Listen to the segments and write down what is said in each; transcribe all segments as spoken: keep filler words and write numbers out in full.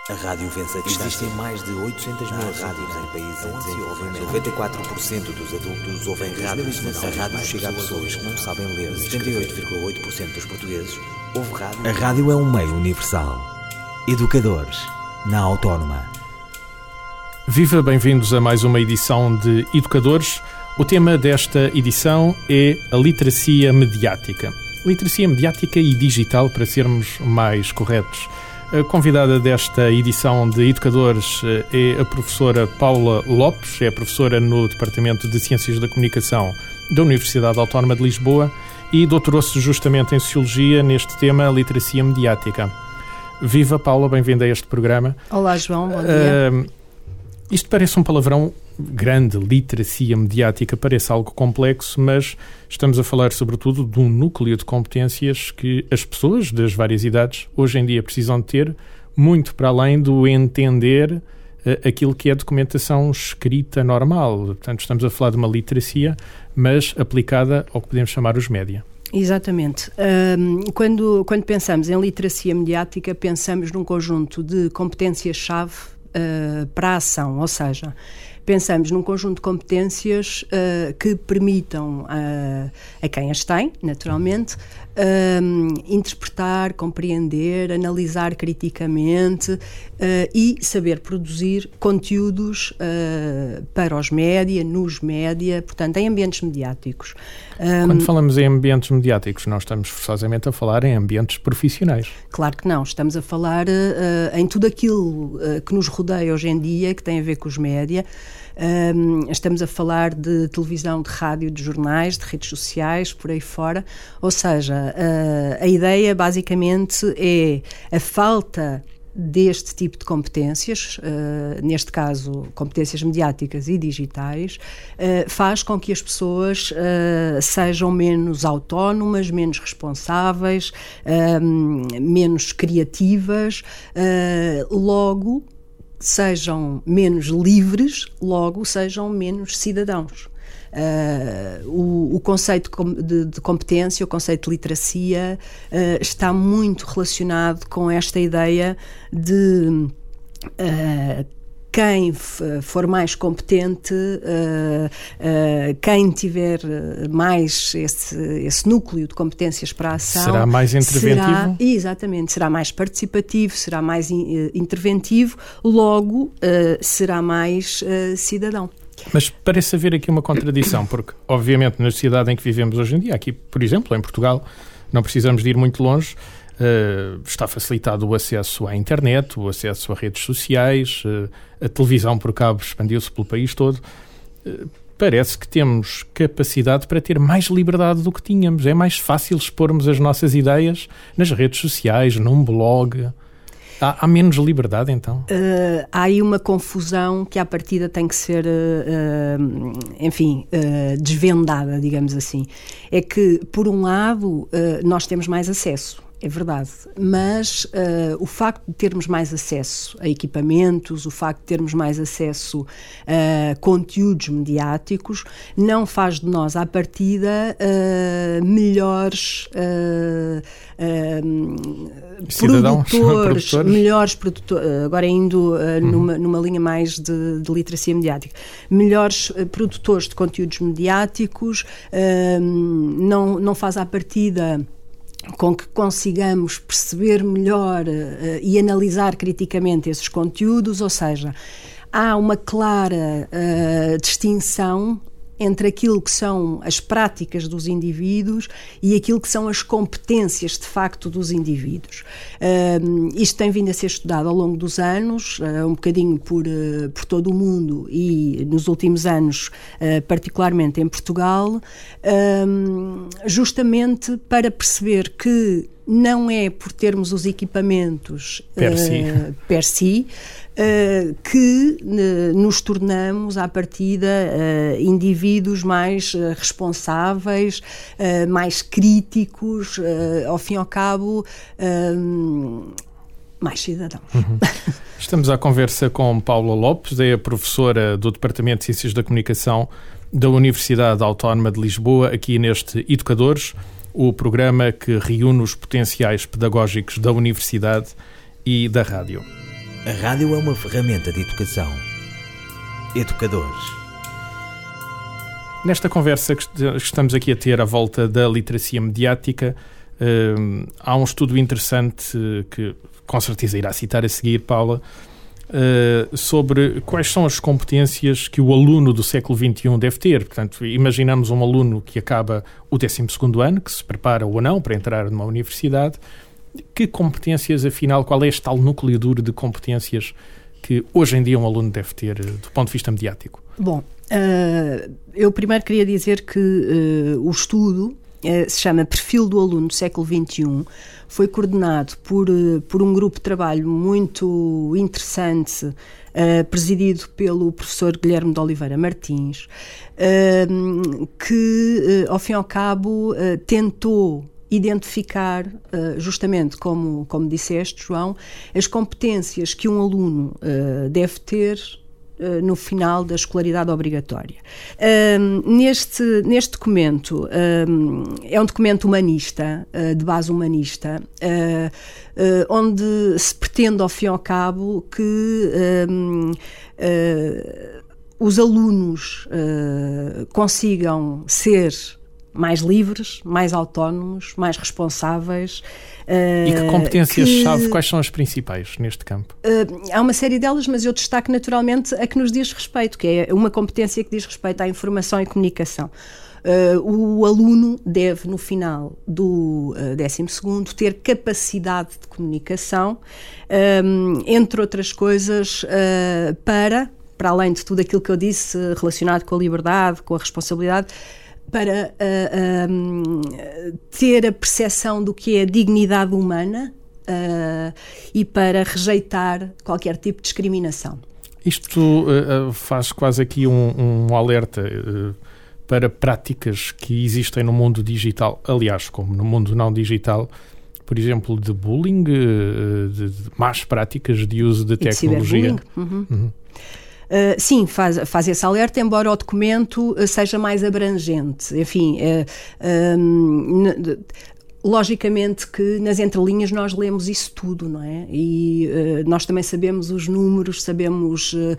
A rádio vence a distância. Existem mais de oitocentas mil rádios em países em desenvolvimento. noventa e quatro por cento dos adultos ouvem rádios. A rádio chega a pessoas que não sabem ler. setenta e oito vírgula oito por cento dos portugueses ouvem rádio. A rádio é um meio universal. Educadores, na Autónoma. Viva, bem-vindos a mais uma edição de Educadores. O tema desta edição é a literacia mediática. Literacia mediática e digital, para sermos mais corretos. A convidada desta edição de Educadores é a professora Paula Lopes, é professora no Departamento de Ciências da Comunicação da Universidade Autónoma de Lisboa e doutorou-se justamente em Sociologia neste tema, literacia mediática. Viva, Paula, bem-vinda a este programa. Olá, João, bom dia. Uh, isto parece um palavrão grande, literacia mediática, parece algo complexo, mas estamos a falar sobretudo de um núcleo de competências que as pessoas das várias idades hoje em dia precisam de ter, muito para além do entender uh, aquilo que é documentação escrita normal. Portanto, estamos a falar de uma literacia, mas aplicada ao que podemos chamar os média. Exatamente. Um, quando, quando pensamos em literacia mediática, pensamos num conjunto de competências-chave uh, para a ação, ou seja, pensamos num conjunto de competências uh, que permitam uh, a quem as tem, naturalmente, uh, interpretar, compreender, analisar criticamente uh, e saber produzir conteúdos uh, para os média, nos média, portanto, em ambientes mediáticos. Um, Quando falamos em ambientes mediáticos, não estamos forçosamente a falar em ambientes profissionais. Claro que não. Estamos a falar uh, em tudo aquilo uh, que nos rodeia hoje em dia, que tem a ver com os média. Um, estamos a falar de televisão, de rádio, de jornais, de redes sociais, por aí fora. Ou seja, uh, a ideia basicamente é a falta deste tipo de competências, uh, neste caso competências mediáticas e digitais, uh, faz com que as pessoas uh, sejam menos autónomas, menos responsáveis, uh, menos criativas, uh, logo sejam menos livres, logo sejam menos cidadãos. Uh, o, o conceito de, de competência, o conceito de literacia uh, está muito relacionado com esta ideia de uh, quem f- for mais competente, uh, uh, quem tiver mais esse, esse núcleo de competências para a ação... Será mais interventivo? Será, exatamente, será mais participativo, será mais in, uh, interventivo, logo uh, será mais uh, cidadão. Mas parece haver aqui uma contradição, porque, obviamente, na sociedade em que vivemos hoje em dia, aqui, por exemplo, em Portugal, não precisamos de ir muito longe, uh, está facilitado o acesso à internet, o acesso a redes sociais, uh, a televisão por cabo expandiu-se pelo país todo. Uh, parece que temos capacidade para ter mais liberdade do que tínhamos. É mais fácil expormos as nossas ideias nas redes sociais, num blog... Há, há menos liberdade, então? Uh, há aí uma confusão que, à partida, tem que ser, uh, uh, enfim, uh, desvendada, digamos assim. É que, por um lado, uh, nós temos mais acesso, é verdade, mas uh, o facto de termos mais acesso a equipamentos, o facto de termos mais acesso a conteúdos mediáticos, não faz de nós, à partida, uh, melhores uh, uh, cidadãos, produtores, produtores, melhores produtores, agora indo uh, uhum. numa, numa linha mais de, de literacia mediática, melhores uh, produtores de conteúdos mediáticos, uh, não, não faz à partida com que consigamos perceber melhor uh, e analisar criticamente esses conteúdos, ou seja, há uma clara uh, distinção entre aquilo que são as práticas dos indivíduos e aquilo que são as competências de facto dos indivíduos. Uh, isto tem vindo a ser estudado ao longo dos anos, uh, um bocadinho por, uh, por todo o mundo e nos últimos anos, uh, particularmente em Portugal, uh, justamente para perceber que não é por termos os equipamentos per si, uh, per si uh, que uh, nos tornamos, à partida, uh, indivíduos mais uh, responsáveis, uh, mais críticos, uh, ao fim e ao cabo, uh, mais cidadãos. Uhum. Estamos à conversa com Paula Lopes, é a professora do Departamento de Ciências da Comunicação da Universidade Autónoma de Lisboa, aqui neste Educadores, o programa que reúne os potenciais pedagógicos da Universidade e da Rádio. A rádio é uma ferramenta de educação. Educadores. Nesta conversa que estamos aqui a ter à volta da literacia mediática, uh, há um estudo interessante que com certeza irá citar a seguir, Paula, uh, sobre quais são as competências que o aluno do século vinte e um deve ter. Portanto, imaginamos um aluno que acaba o décimo segundo ano, que se prepara ou não para entrar numa universidade. Que competências, afinal, qual é este tal núcleo duro de competências que hoje em dia um aluno deve ter do ponto de vista mediático? Bom, uh, eu primeiro queria dizer que uh, o estudo uh, se chama Perfil do Aluno do século vinte e um, foi coordenado por, uh, por um grupo de trabalho muito interessante, uh, presidido pelo professor Guilherme de Oliveira Martins, uh, que, uh, ao fim e ao cabo, uh, tentou identificar, justamente como, como disseste, João, as competências que um aluno uh, deve ter uh, no final da escolaridade obrigatória. Uh, neste, neste documento, uh, é um documento humanista, uh, de base humanista, uh, uh, onde se pretende, ao fim e ao cabo, que uh, uh, os alunos uh, consigam ser mais livres, mais autónomos, mais responsáveis. E que competências-chave, que, quais são as principais neste campo? Uh, há uma série delas, mas eu destaco naturalmente a que nos diz respeito, que é uma competência que diz respeito à informação e comunicação. Uh, o aluno deve, no final do uh, décimo segundo, ter capacidade de comunicação, um, entre outras coisas, uh, para, para além de tudo aquilo que eu disse relacionado com a liberdade, com a responsabilidade, para uh, um, ter a percepção do que é a dignidade humana uh, e para rejeitar qualquer tipo de discriminação. Isto uh, faz quase aqui um, um alerta uh, para práticas que existem no mundo digital, aliás, como no mundo não digital, por exemplo, de bullying, uh, de, de más práticas de uso de e tecnologia. De uhum. Uhum. Uh, sim, faz, faz esse alerta, embora o documento uh, seja mais abrangente. Enfim, uh, um, n- logicamente que nas entrelinhas nós lemos isso tudo, não é? E uh, nós também sabemos os números, sabemos uh,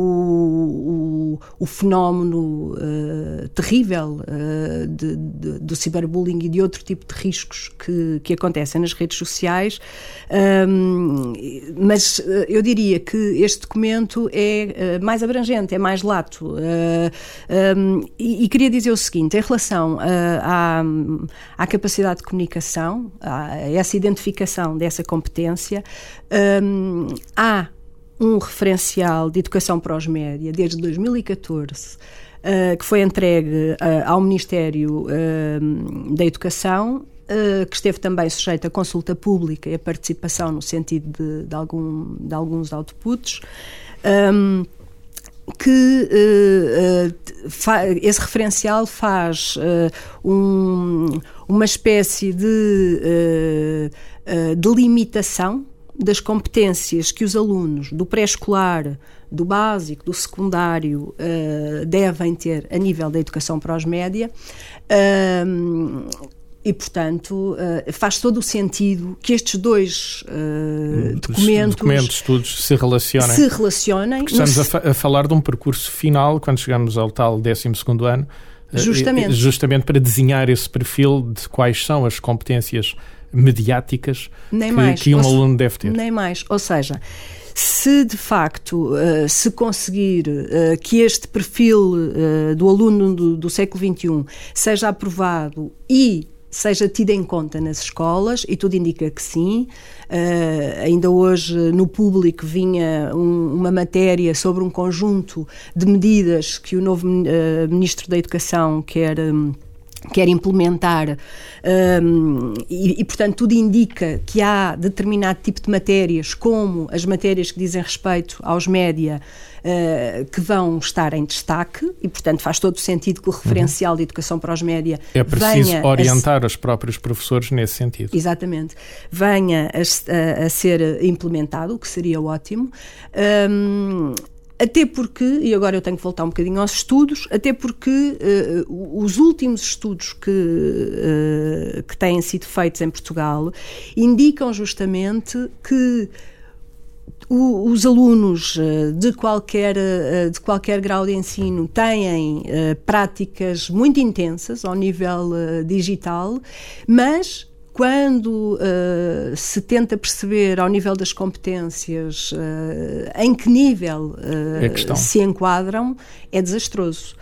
o, o, o fenómeno uh, terrível uh, de, de, do ciberbullying e de outro tipo de riscos que, que acontecem nas redes sociais, um, mas uh, eu diria que este documento é uh, mais abrangente, é mais lato. Uh, um, e, e queria dizer o seguinte, em relação uh, à, à capacidade de comunicação, a essa identificação dessa competência, um, há um referencial de educação para os média desde dois mil e catorze, uh, que foi entregue uh, ao Ministério uh, da Educação, uh, que esteve também sujeito à consulta pública e a participação no sentido de, de, algum, de alguns outputs. Um, que uh, uh, fa- esse referencial faz uh, um, uma espécie de uh, uh, delimitação das competências que os alunos do pré-escolar, do básico, do secundário uh, devem ter a nível da educação para os média. Uh, E, portanto, uh, faz todo o sentido que estes dois uh, documentos, documentos, estudos, se relacionem. Se relacionem. Estamos a, fa- a falar de um percurso final, quando chegamos ao tal décimo segundo ano, justamente. Uh, justamente para desenhar esse perfil de quais são as competências mediáticas nem que, mais. que um Ou aluno deve ter. Nem mais. Ou seja, se de facto uh, se conseguir uh, que este perfil uh, do aluno do, do século vinte e um seja aprovado e seja tida em conta nas escolas, e tudo indica que sim. Uh, ainda hoje no público vinha um, uma matéria sobre um conjunto de medidas que o novo uh, Ministro da Educação quer, um, quer implementar, um, e, e portanto tudo indica que há determinado tipo de matérias, como as matérias que dizem respeito aos média, Uh, que vão estar em destaque, e portanto faz todo o sentido que o referencial uhum. de educação para os média é preciso venha orientar a, os próprios professores nesse sentido. Exatamente. Venha a, a, a ser implementado, o que seria ótimo. Um, até porque, e agora eu tenho que voltar um bocadinho aos estudos, até porque uh, os últimos estudos que, uh, que têm sido feitos em Portugal indicam justamente que o, os alunos uh, de, qualquer, uh, de qualquer grau de ensino têm uh, práticas muito intensas ao nível uh, digital, mas quando uh, se tenta perceber ao nível das competências uh, em que nível uh, se enquadram, é desastroso.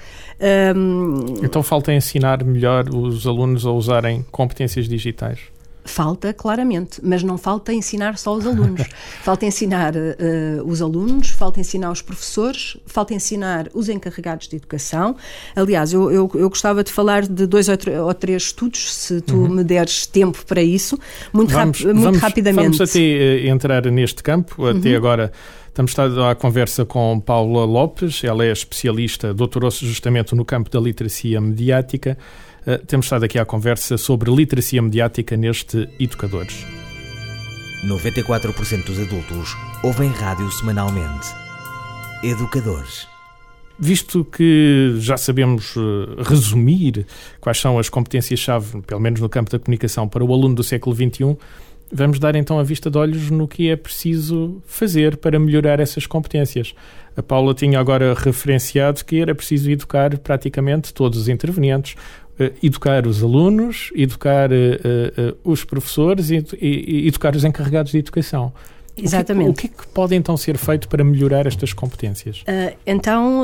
Um, então falta ensinar melhor os alunos a usarem competências digitais? Falta, claramente, mas não falta ensinar só os alunos. Falta ensinar uh, os alunos, falta ensinar os professores, falta ensinar os encarregados de educação. Aliás, eu, eu, eu gostava de falar de dois ou, ou três estudos, se tu uhum. me deres tempo para isso, muito, vamos, rap, muito vamos, rapidamente. Vamos até uh, entrar neste campo, uhum. até agora. Estamos à conversa com Paula Lopes, ela é especialista, doutorou-se justamente no campo da literacia mediática. Uh, temos estado aqui à conversa sobre literacia mediática neste Educadores. noventa e quatro por cento dos adultos ouvem rádio semanalmente. Educadores. Visto que já sabemos uh, resumir quais são as competências-chave, pelo menos no campo da comunicação, para o aluno do século vinte e um, vamos dar então a vista de olhos no que é preciso fazer para melhorar essas competências. A Paula tinha agora referenciado que era preciso educar praticamente todos os intervenientes, uh, educar os alunos, educar uh, uh, os professores e, e, e educar os encarregados de educação. Exatamente. O que, o que é que pode então ser feito para melhorar estas competências? Uh, então, uh,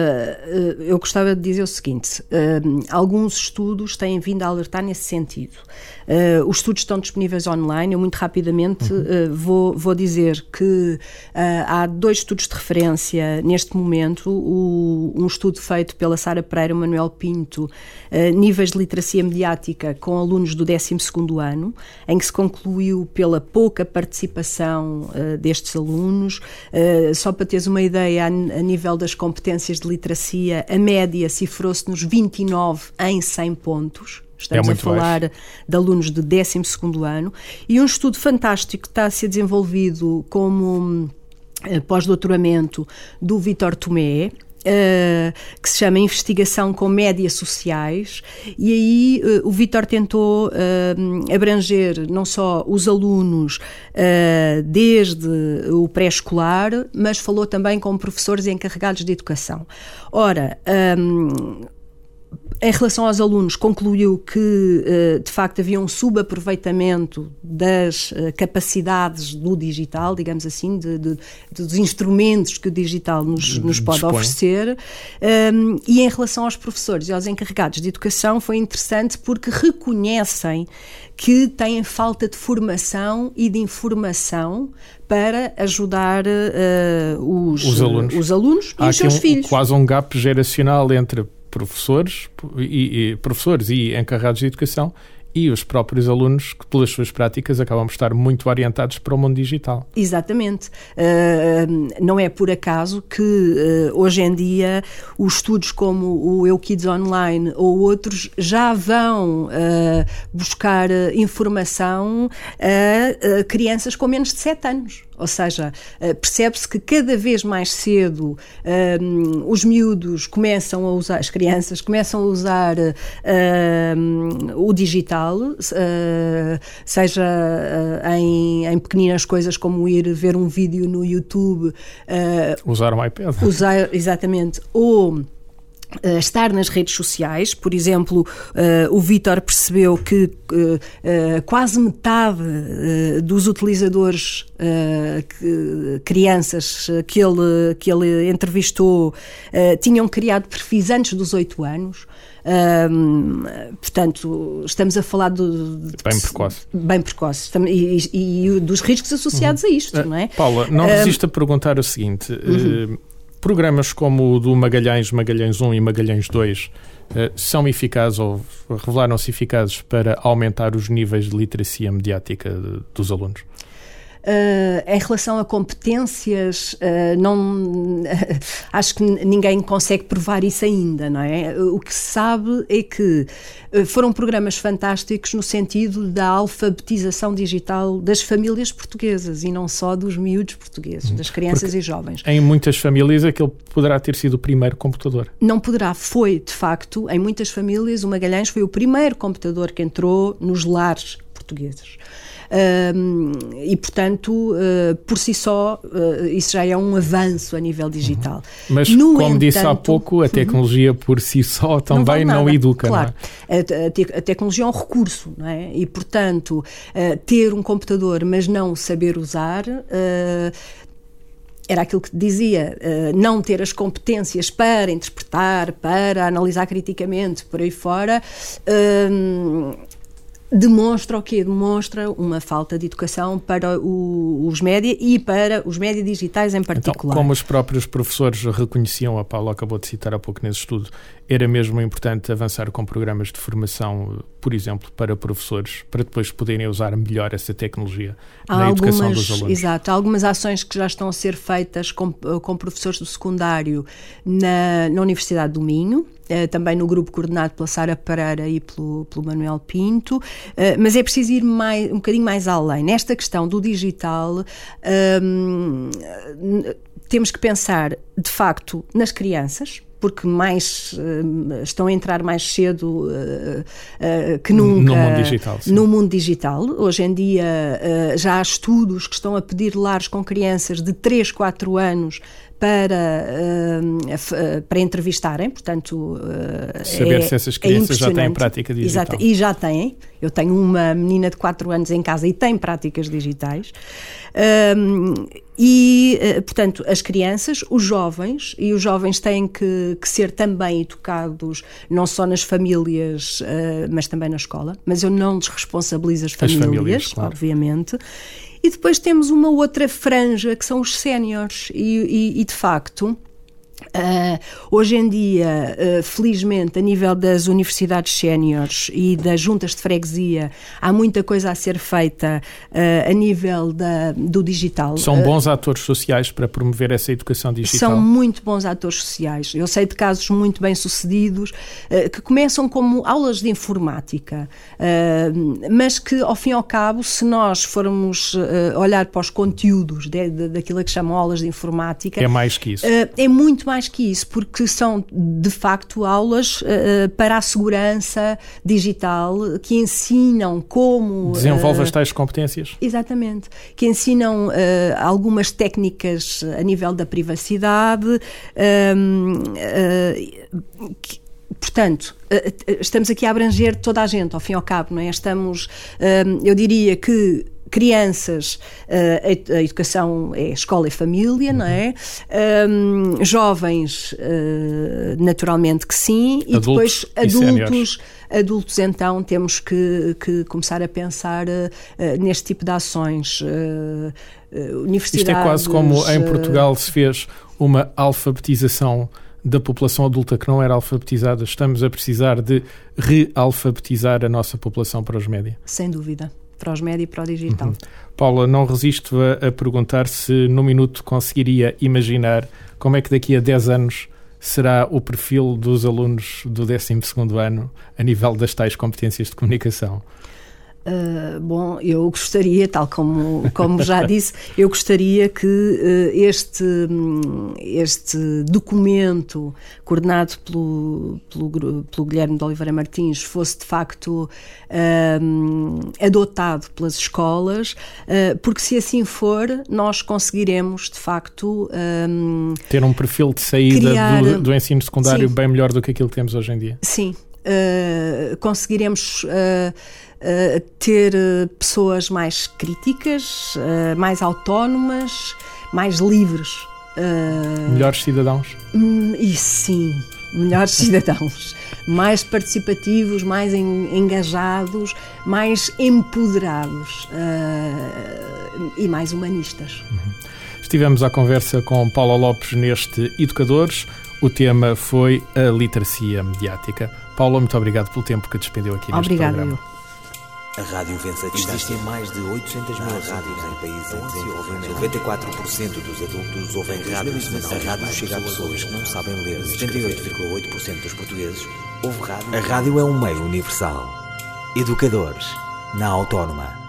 uh, eu gostava de dizer o seguinte, uh, alguns estudos têm vindo a alertar nesse sentido. Uh, os estudos estão disponíveis online, eu muito rapidamente uhum. uh, vou, vou dizer que uh, há dois estudos de referência neste momento, o, um estudo feito pela Sara Pereira e o Manuel Pinto, uh, níveis de literacia mediática com alunos do décimo segundo ano, em que se concluiu pela pouca participação Uh, destes alunos. Uh, só para teres uma ideia, a, a nível das competências de literacia, a média cifrou-se nos vinte e nove em cem pontos. Estamos é a falar baixo. de alunos de décimo segundo ano. E um estudo fantástico que está a ser desenvolvido como uh, pós-doutoramento do Vítor Tomé, Uh, que se chama Investigação com Médias Sociais, e aí uh, o Vítor tentou uh, abranger não só os alunos uh, desde o pré-escolar, mas falou também com professores e encarregados de educação. Ora, um, em relação aos alunos, concluiu que, de facto, havia um subaproveitamento das capacidades do digital, digamos assim, de, de, dos instrumentos que o digital nos, nos pode Dispõe. oferecer. Um, e em relação aos professores e aos encarregados de educação, foi interessante porque reconhecem que têm falta de formação e de informação para ajudar uh, os, os alunos, os alunos e Há os seus um, filhos. Quase um gap geracional entre professores e, e professores e encarregados de educação e os próprios alunos que, pelas suas práticas, acabam por estar muito orientados para o mundo digital. Exatamente. Uh, não é por acaso que uh, hoje em dia os estudos como o Eu Kids Online ou outros já vão uh, buscar uh, informação a uh, crianças com menos de sete anos. Ou seja, uh, percebe-se que cada vez mais cedo uh, os miúdos começam a usar, as crianças começam a usar uh, o digital, uh, seja uh, em, em pequeninas coisas como ir ver um vídeo no YouTube. Uh, usar um iPad. Usar, exatamente. Ou Uh, estar nas redes sociais. Por exemplo, uh, o Vítor percebeu que uh, uh, quase metade uh, dos utilizadores, uh, que, crianças que ele, que ele entrevistou, uh, tinham criado perfis antes dos oito anos. Um, portanto, estamos a falar do, de, bem precoce, bem precoce estamos, e, e, e dos riscos associados uhum. a isto, não é? Paula, não um, resisto a perguntar o seguinte. Uhum. Uh, Programas como o do Magalhães, Magalhães um e Magalhães dois uh, são eficazes ou revelaram-se eficazes para aumentar os níveis de literacia mediática de, dos alunos? Uh, em relação a competências, uh, não, uh, acho que ninguém consegue provar isso ainda, não é? O que se sabe é que uh, foram programas fantásticos no sentido da alfabetização digital das famílias portuguesas e não só dos miúdos portugueses, das crianças Porque e jovens. Em muitas famílias aquele poderá ter sido o primeiro computador. Não poderá, foi de facto, em muitas famílias o Magalhães foi o primeiro computador que entrou nos lares portugueses. Um, e, portanto, uh, por si só, uh, isso já é um avanço a nível digital. Uhum. Mas, no como entanto, disse há pouco, a tecnologia uhum. por si só também não, não educa. Claro, não é? a, a, te, a tecnologia é um recurso, não é? E, portanto, uh, ter um computador, mas não saber usar... Uh, era aquilo que dizia, uh, não ter as competências para interpretar, para analisar criticamente, por aí fora, uh, demonstra o quê? Demonstra uma falta de educação para o, os média e para os média digitais em particular. Então, como os próprios professores reconheciam, a Paula acabou de citar há pouco nesse estudo, era mesmo importante avançar com programas de formação, por exemplo, para professores, para depois poderem usar melhor essa tecnologia há na algumas, educação dos alunos. Exato, há algumas ações que já estão a ser feitas com, com professores do secundário na, na Universidade do Minho, Uh, também no grupo coordenado pela Sara Pereira e pelo, pelo Manuel Pinto, uh, mas é preciso ir mais, um bocadinho mais além. Nesta questão do digital, um, temos que pensar, de facto, nas crianças, porque mais uh, estão a entrar mais cedo uh, uh, que nunca no mundo digital. Sim. No mundo digital. Hoje em dia uh, já há estudos que estão a pedir lares com crianças de três, quatro anos para, uh, para entrevistarem, portanto... Uh, Saber é, se essas crianças é já têm prática digital. Exato, e já têm. Eu tenho uma menina de quatro anos em casa e tem práticas digitais. Um, e, uh, portanto, as crianças, os jovens, e os jovens têm que, que ser também educados, não só nas famílias, uh, mas também na escola. Mas eu não desresponsabilizo as famílias, as famílias claro. Obviamente. E depois temos uma outra franja, que são os séniores, e, e, e de facto... Uh, hoje em dia, uh, felizmente, a nível das universidades séniores e das juntas de freguesia, há muita coisa a ser feita uh, a nível da, do digital. São bons uh, atores sociais para promover essa educação digital? São muito bons atores sociais. Eu sei de casos muito bem-sucedidos uh, que começam como aulas de informática, uh, mas que, ao fim e ao cabo, se nós formos uh, olhar para os conteúdos de, de, daquilo que chamam aulas de informática... É mais que isso. Uh, é muito mais que isso, porque são de facto aulas uh, para a segurança digital que ensinam como... Desenvolve uh, as tais competências? Exatamente. Que ensinam uh, algumas técnicas a nível da privacidade, um, uh, que, portanto, estamos aqui a abranger toda a gente, ao fim e ao cabo, não é? Estamos, um, eu diria que crianças, uh, a, a educação é escola e família, não é? Um, jovens, uh, naturalmente que sim, e adultos depois e adultos, adultos então temos que, que começar a pensar uh, uh, neste tipo de ações. Uh, uh, universidades... Isto é quase como em Portugal se fez uma alfabetização da população adulta que não era alfabetizada. Estamos a precisar de realfabetizar a nossa população para os média. Sem dúvida. Para os média e para o digital. Uhum. Paula, não resisto a, a perguntar se num minuto conseguiria imaginar como é que daqui a dez anos será o perfil dos alunos do décimo segundo ano a nível das tais competências de comunicação. Uh, bom, eu gostaria, tal como, como já disse, eu gostaria que uh, este, este documento coordenado pelo, pelo, pelo Guilherme de Oliveira Martins fosse de facto uh, adotado pelas escolas, uh, porque se assim for, nós conseguiremos de facto uh, ter um perfil de saída criar, do, do ensino secundário sim, bem melhor do que aquilo que temos hoje em dia. Sim, uh, conseguiremos uh, Uh, ter uh, pessoas mais críticas, uh, mais autónomas, mais livres. Uh, melhores cidadãos? Hum, e sim, melhores cidadãos. Mais participativos, mais en- engajados, mais empoderados uh, e mais humanistas. Uhum. Estivemos à conversa com Paula Lopes neste Educadores. O tema foi a literacia mediática. Paula, muito obrigado pelo tempo que despendeu aqui neste Obrigada, programa. Eu. A rádio vence a distância. Existem mais de oitocentas mil rádios em países em desenvolvimento. noventa e quatro por cento dos adultos ouvem rádio semanal. A rádio chega a pessoas que não sabem ler. setenta e oito vírgula oito por cento dos portugueses ouvem rádio. A rádio é um meio universal. Educadores, na Autónoma.